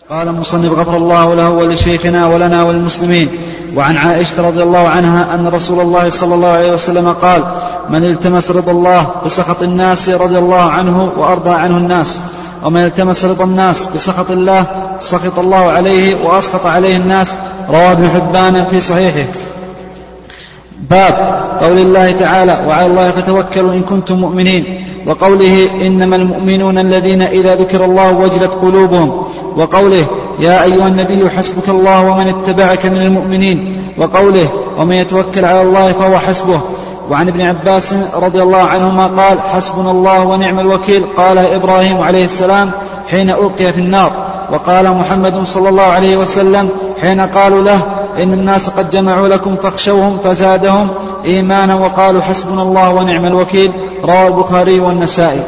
قال المصنف غفر الله له ولشيخنا ولنا وللمسلمين. وعن عائشة رضي الله عنها أن رسول الله صلى الله عليه وسلم قال: من التمس رضا الله بسخط الناس رضي الله عنه وأرضى عنه الناس، ومن التمس رضا الناس بسخط الله سخط الله عليه وأسخط عليه الناس. رواه ابن حبان في صحيحه. باب قول الله تعالى: وعلى الله فتوكلوا إن كنتم مؤمنين، وقوله: إنما المؤمنون الذين إذا ذكر الله وجلت قلوبهم، وقوله: يا أيها النبي حسبك الله ومن اتبعك من المؤمنين، وقوله: ومن يتوكل على الله فهو حسبه. وعن ابن عباس رضي الله عنهما قال: حسبنا الله ونعم الوكيل، قال إبراهيم عليه السلام حين ألقي في النار. وقال محمد صلى الله عليه وسلم حين قالوا له: إن الناس قد جمعوا لكم فاخشوهم، فزادهم إيمانا وقالوا حسبنا الله ونعم الوكيل. رواه البخاري والنسائي.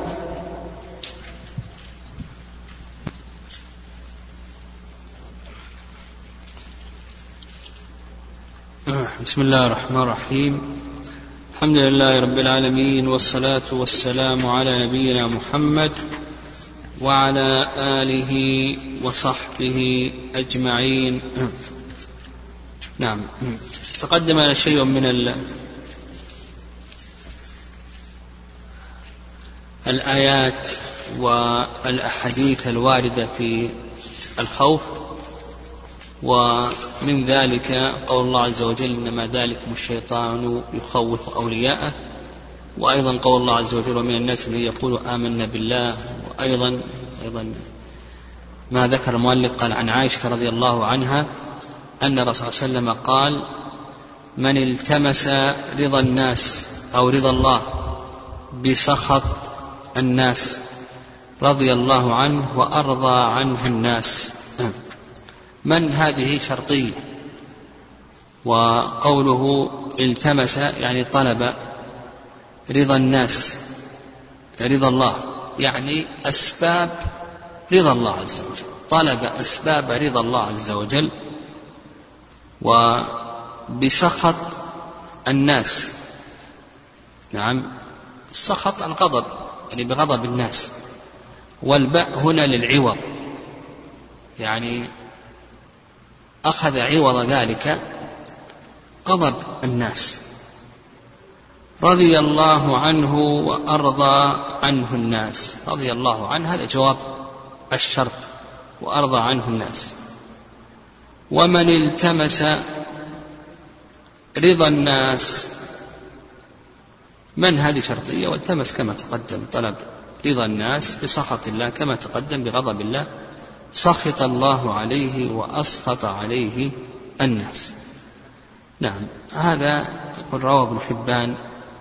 بسم الله الرحمن الرحيم. الحمد لله رب العالمين، والصلاة والسلام على نبينا محمد وعلى آله وصحبه أجمعين. نعم، تقدم لنا شيء من الآيات والأحاديث الواردة في الخوف، ومن ذلك قول الله عز وجل: إنما ذلكم الشيطان يخوف أولياءه، وأيضا قول الله عز وجل: ومن الناس من يقول آمنا بالله. وأيضا ما ذكر المؤلف قال عن عائشة رضي الله عنها أن الرسول صلى الله عليه وسلم قال: من التمس رضا الناس أو رضا الله بسخط الناس رضي الله عنه وأرضى عنه الناس. من هذه شرطية، وقوله التمس يعني طلب رضا الناس رضا الله، يعني أسباب رضا الله عز وجل، طلب أسباب رضا الله عز وجل. وبسخط الناس، نعم، السخط الغضب، يعني بغضب الناس، والباء هنا للعوض، يعني أخذ عوض ذلك غضب الناس. رضي الله عنه وأرضى عنه الناس، رضي الله عنه هذا جواب الشرط، وأرضى عنه الناس. ومن التمس رضا الناس، من هذه شرطية، والتمس كما تقدم طلب رضا الناس بسخط الله كما تقدم بغضب الله، سخط الله عليه وأسخط عليه الناس. نعم، هذا يقول رواه ابن حبان،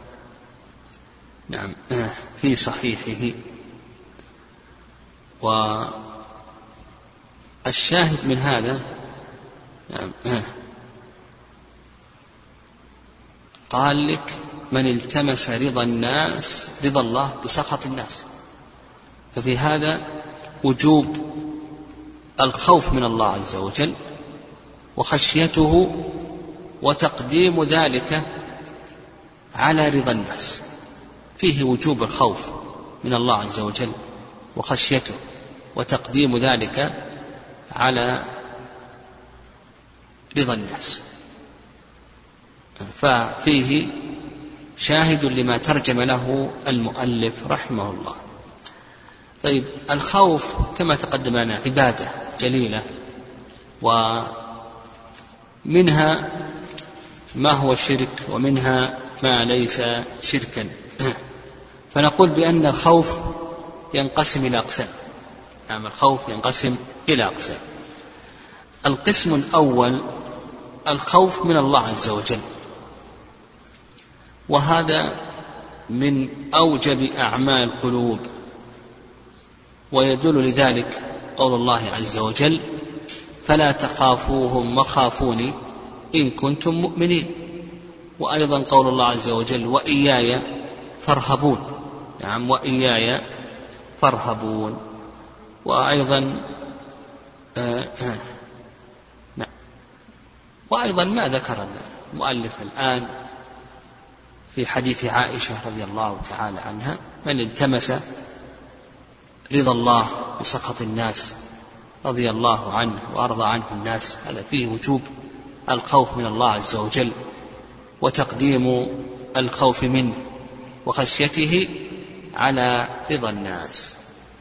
نعم، في صحيحه. والشاهد من هذا، نعم، قال لك: من التمس رضا الناس رضا الله بسخط الناس. ففي هذا وجوب الخوف من الله عز وجل وخشيته، وتقديم ذلك على رضا الناس. فيه وجوب الخوف من الله عز وجل وخشيته، وتقديم ذلك على رضا الناس. ففيه شاهد لما ترجم له المؤلف رحمه الله. طيب، الخوف كما تقدم لنا عبادة جليلة، ومنها ما هو شرك ومنها ما ليس شركا. فنقول بأن الخوف ينقسم إلى أقسام. نعم، الخوف ينقسم إلى أقسام. القسم الأول الخوف من الله عز وجل، وهذا من أوجب أعمال القلوب، ويدل لذلك قول الله عز وجل: فلا تخافوهم وخافوني إن كنتم مؤمنين. وأيضا قول الله عز وجل: وإياي فارهبون. نعم، وإياي فارهبون. وأيضا نعم، وأيضا ما ذكر المؤلف الآن في حديث عائشة رضي الله تعالى عنها: من التمس رضا الله بسخط الناس رضي الله عنه وأرضى عنه الناس، هذا فيه وجوب الخوف من الله عز وجل وتقديم الخوف منه وخشيته على رضا الناس.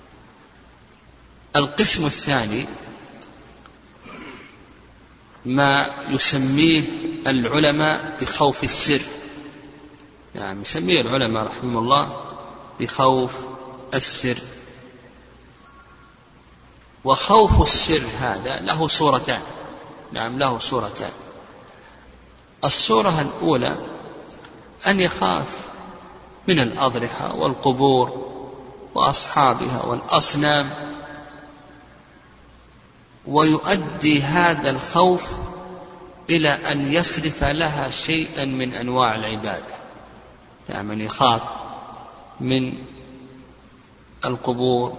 القسم الثاني ما يسميه العلماء بخوف السر، يعني يسميه العلماء رحمه الله بخوف السر. وخوف السر هذا له صورتان، نعم له صورتان. الصورة الأولى أن يخاف من الأضرحة والقبور وأصحابها والأصنام، ويؤدي هذا الخوف إلى أن يصرف لها شيئا من أنواع العبادة، يعني من يخاف من القبور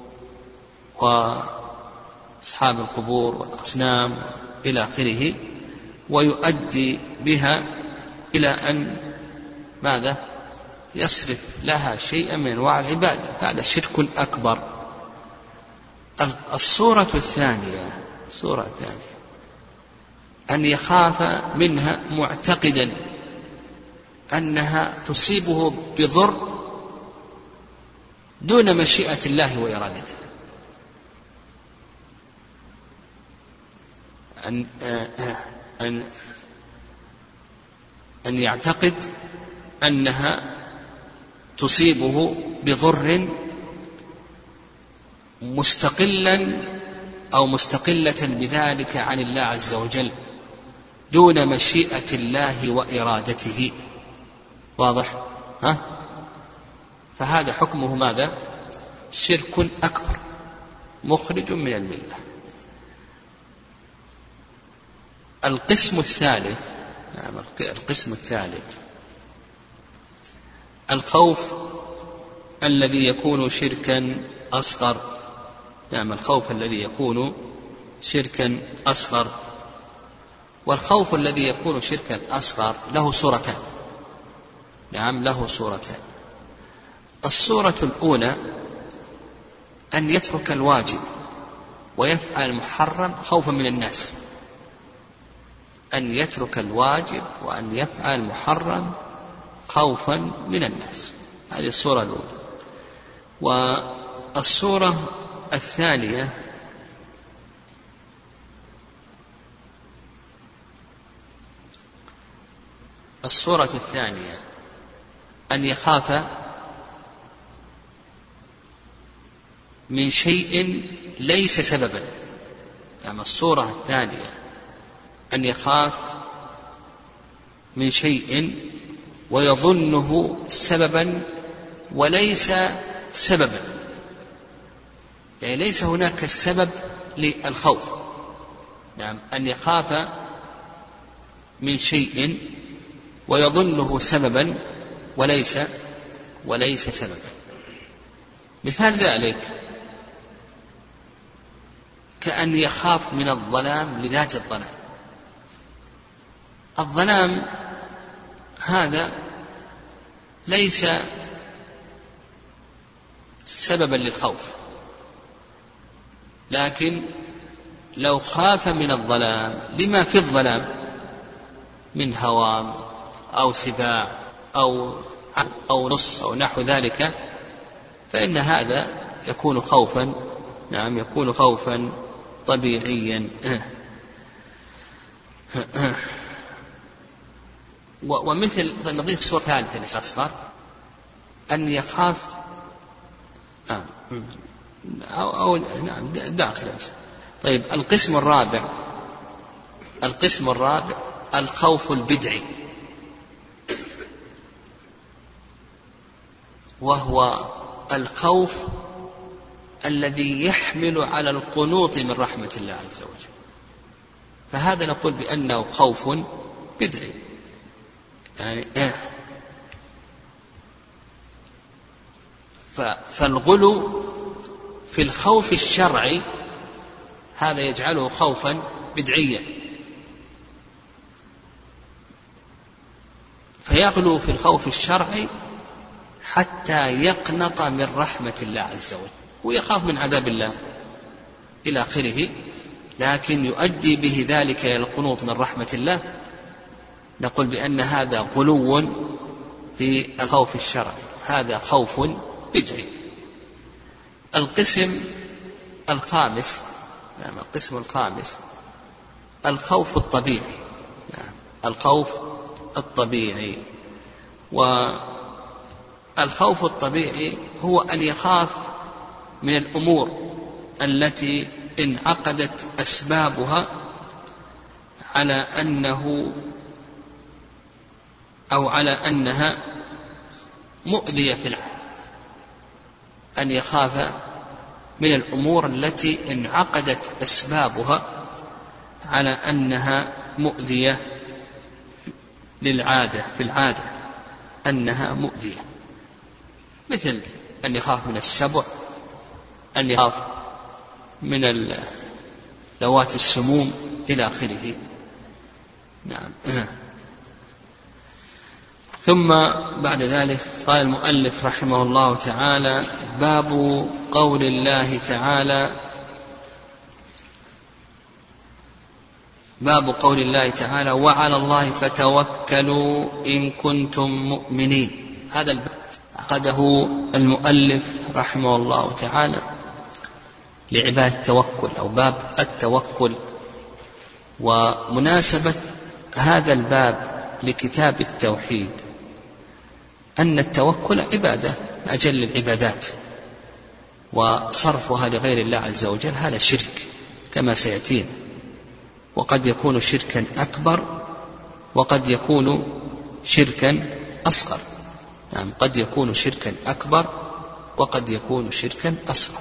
وأصحاب القبور والأصنام إلى آخره، ويؤدي بها إلى أن ماذا؟ يصرف لها شيئا من أنواع العبادة، هذا شرك أكبر. الصورة الثانية أن يخاف منها معتقدا أنها تصيبه بضر دون مشيئة الله وإرادته، أن يعتقد أنها تصيبه بضر مستقلا أو مستقلة بذلك عن الله عز وجل دون مشيئة الله وإرادته. واضح؟ فهذا حكمه ماذا؟ شرك أكبر مخرج من الملة. القسم الثالث الخوف الذي يكون شركا أصغر، الخوف الذي يكون شركا أصغر. والخوف الذي يكون شركا أصغر له صورتان، له صورتان. الصورة الأولى أن يترك الواجب ويفعل المحرم خوفا من الناس، أن يترك الواجب وأن يفعل المحرم خوفا من الناس، هذه الصورة الأولى. والصورة الثانية أن يخاف من شيء ليس سببا، الصورة الثانية أن يخاف من شيء ويظنه سببا وليس سببا، يعني ليس هناك سبب للخوف. أن يخاف من شيء ويظنه سببا وليس سببا. مثال ذلك كأن يخاف من الظلام لذات الظلام. الظلام هذا ليس سببا للخوف، لكن لو خاف من الظلام لما في الظلام من هوام أو سباع أو نص أو نحو ذلك، فإن هذا يكون خوفا، يكون خوفا طبيعيا. ومثل نضيف صورة ثالثة للأصغر أن يخاف أو داخل. طيب القسم الرابع الخوف البدعي، وهو الخوف الذي يحمل على القنوط من رحمة الله عز وجل، فهذا نقول بأنه خوف بدعي. يعني فالغلو في الخوف الشرعي هذا يجعله خوفا بدعيا، فيغلو في الخوف الشرعي حتى يقنط من رحمة الله عز وجل ويخاف من عذاب الله، إلى آخره، لكن يؤدي به ذلك إلى القنوط من رحمة الله، نقول بأن هذا غلو في الخوف الشرعي، هذا خوف بدعي. القسم الخامس، الخوف الطبيعي. الخوف الطبيعي، والخوف الطبيعي هو أن يخاف من الأمور التي انعقدت أسبابها على أنها مؤذية في العالم، أن يخاف من الأمور التي انعقدت أسبابها على أنها مؤذية في العادة أنها مؤذية، مثل أن يخاف من السبع، أن يخاف من ذوات السموم إلى آخره. نعم. ثم بعد ذلك قال المؤلف رحمه الله تعالى: باب قول الله تعالى: وعلى الله فتوكلوا إن كنتم مؤمنين. هذا الباب عقده المؤلف رحمه الله تعالى لعباد التوكل أو باب التوكل. ومناسبة هذا الباب لكتاب التوحيد أن التوكل عبادة من أجل العبادات، وصرفها لغير الله عز وجل هذا شرك كما سيأتينا، وقد يكون شركا أكبر وقد يكون شركا أصغر. نعم، قد يكون شركا أكبر وقد يكون شركا أصغر.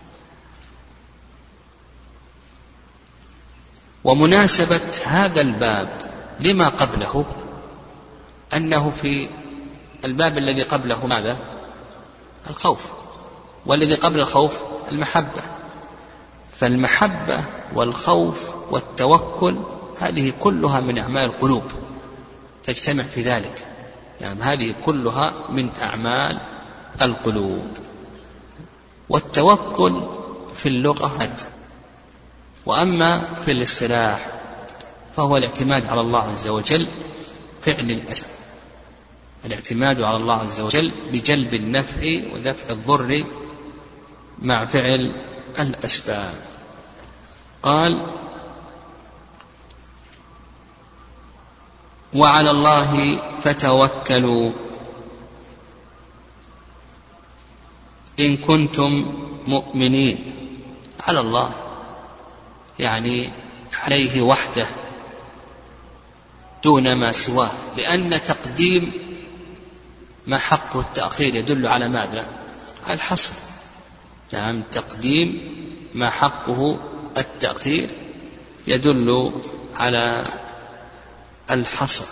ومناسبة هذا الباب لما قبله أنه في الباب الذي قبله ماذا؟ الخوف، والذي قبل الخوف المحبة. فالمحبة والخوف والتوكل هذه كلها من أعمال القلوب تجتمع في ذلك. يعني هذه كلها من أعمال القلوب. والتوكل في اللغة، وأما في الاصطلاح فهو الاعتماد على الله عز وجل فعل الأسباب، الاعتماد على الله عز وجل بجلب النفع ودفع الضر مع فعل الأسباب. قال: وعلى الله فتوكلوا إن كنتم مؤمنين. على الله يعني عليه وحده دون ما سواه، لأن تقديم ما حقه التأخير يدل على ماذا؟ على الحصر. نعم، تقديم ما حقه التأخير يدل على الحصر.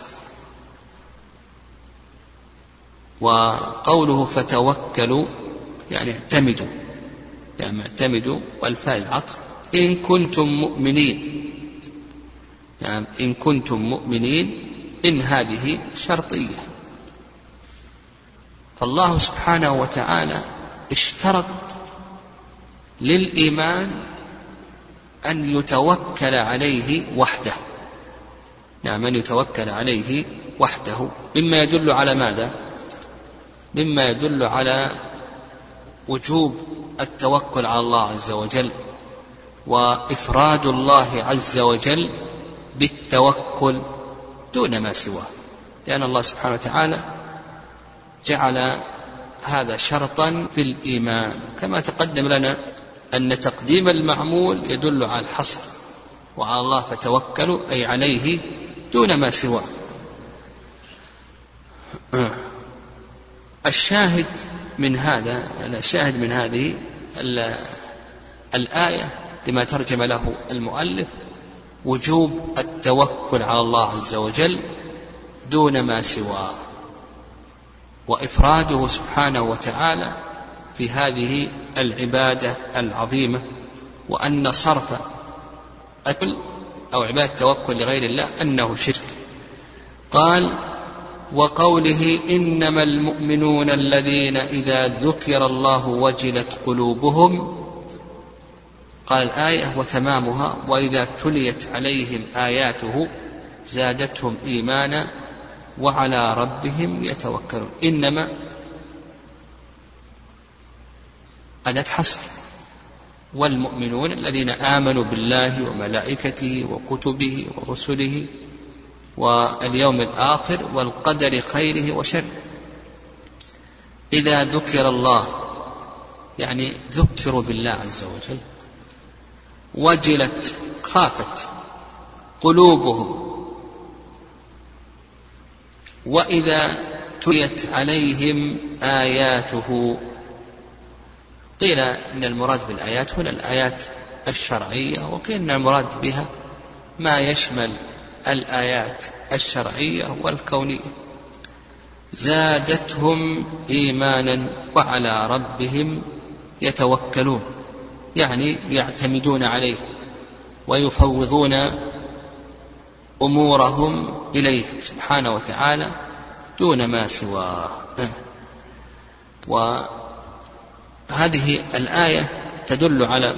وقوله فتوكلوا يعني اعتمدوا، يعني اعتمدوا، والفاء العطف إن كنتم مؤمنين. يعني إن كنتم مؤمنين، إن هذه شرطية. فالله سبحانه وتعالى اشترط للإيمان أن يتوكل عليه وحده. نعم، أن يتوكل عليه وحده، مما يدل على ماذا؟ مما يدل على وجوب التوكل على الله عز وجل، وإفراد الله عز وجل بالتوكل دون ما سواه، لأن الله سبحانه وتعالى جعل هذا شرطا في الإيمان. كما تقدم لنا أن تقديم المعمول يدل على الحصر، وعلى الله فتوكلوا أي عليه دون ما سواه. الشاهد من هذه الآية لما ترجم له المؤلف وجوب التوكل على الله عز وجل دون ما سواه، وإفراده سبحانه وتعالى في هذه العبادة العظيمة، وأن صرف أو عبادة التوكل لغير الله أنه شرك. قال: وقوله إنما المؤمنون الذين إذا ذكر الله وجلت قلوبهم. قال الآية وتمامها: وإذا تليت عليهم آياته زادتهم إيمانا وعلى ربهم يتوكلون. إنما أداة حصر، والمؤمنون الذين آمنوا بالله وملائكته وكتبه ورسله واليوم الآخر والقدر خيره وشره. إذا ذكر الله يعني ذكروا بالله عز وجل وجلت خافت قلوبهم. وإذا تليت عليهم آياته، قيل إن المراد بالآيات هنا الآيات الشرعية، وقيل إن المراد بها ما يشمل الآيات الشرعية والكونية. زادتهم إيمانا وعلى ربهم يتوكلون، يعني يعتمدون عليه ويفوضون أمورهم إليه سبحانه وتعالى دون ما سواه. وهذه الآية تدل على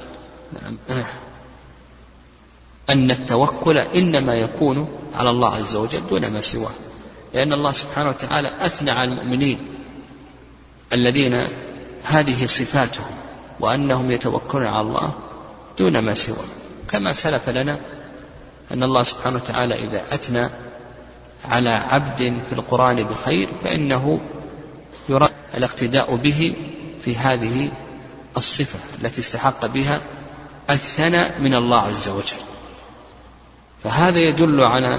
أن التوكل إنما يكون على الله عز وجل دون ما سواه، لأن الله سبحانه وتعالى أثنى على المؤمنين الذين هذه صفاتهم وأنهم يتوكلون على الله دون ما سواه، كما سلف لنا أن الله سبحانه وتعالى إذا أثنى على عبد في القرآن بخير فإنه يرى الاقتداء به في هذه الصفة التي استحق بها الثناء من الله عز وجل. فهذا يدل على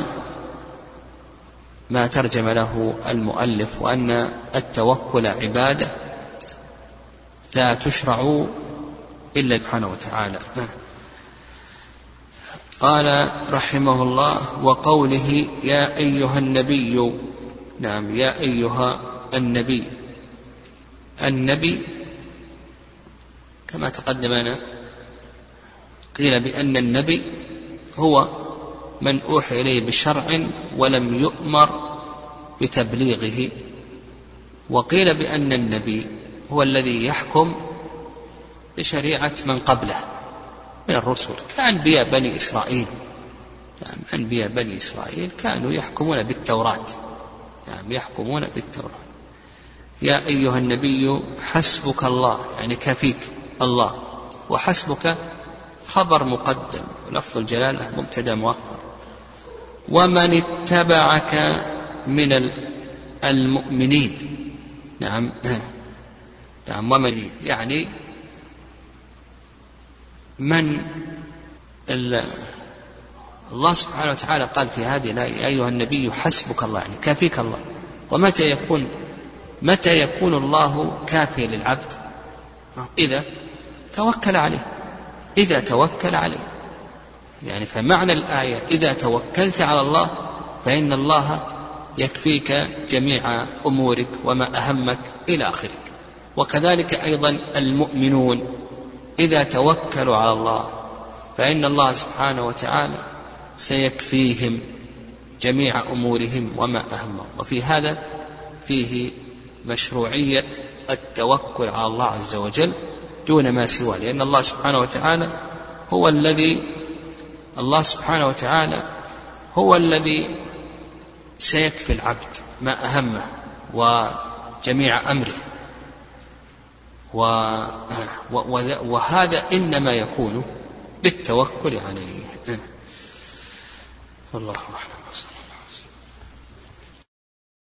ما ترجم له المؤلف، وأن التوكل عبادة لا تشرع إلا سبحانه وتعالى. قال رحمه الله: وقوله يا أيها النبي. نعم، يا أيها النبي. النبي كما تقدم لنا قيل بأن النبي هو من أوحي إليه بشرع ولم يؤمر بتبليغه، وقيل بأن النبي هو الذي يحكم بشريعة من قبله من الرسل كأنبياء بني إسرائيل. يعني أنبياء بني إسرائيل كانوا يحكمون بالتوراة، يعني يحكمون بالتوراة. يا أيها النبي حسبك الله، يعني كفيك الله، وحسبك خبر مقدم ولفظ الجلالة مبتدأ مؤخر. ومن اتبعك من المؤمنين. نعم، ومن يعني من الله سبحانه وتعالى قال في هذه الآية يا أيها النبي حسبك الله، يعني كافيك الله. ومتى يكون الله كافيا للعبد؟ إذا توكل عليه، إذا توكل عليه. يعني فمعنى الآية إذا توكلت على الله فإن الله يكفيك جميع أمورك وما أهمك إلى آخره. وكذلك أيضا المؤمنون إذا توكلوا على الله فإن الله سبحانه وتعالى سيكفيهم جميع أمورهم وما أهمهم. وفي هذا فيه مشروعية التوكل على الله عز وجل دون ما سواه، لأن الله سبحانه وتعالى هو الذي سيكفي العبد ما أهمه وجميع أمره، وهذا إنما يكون بالتوكل عليه. والله أعلم.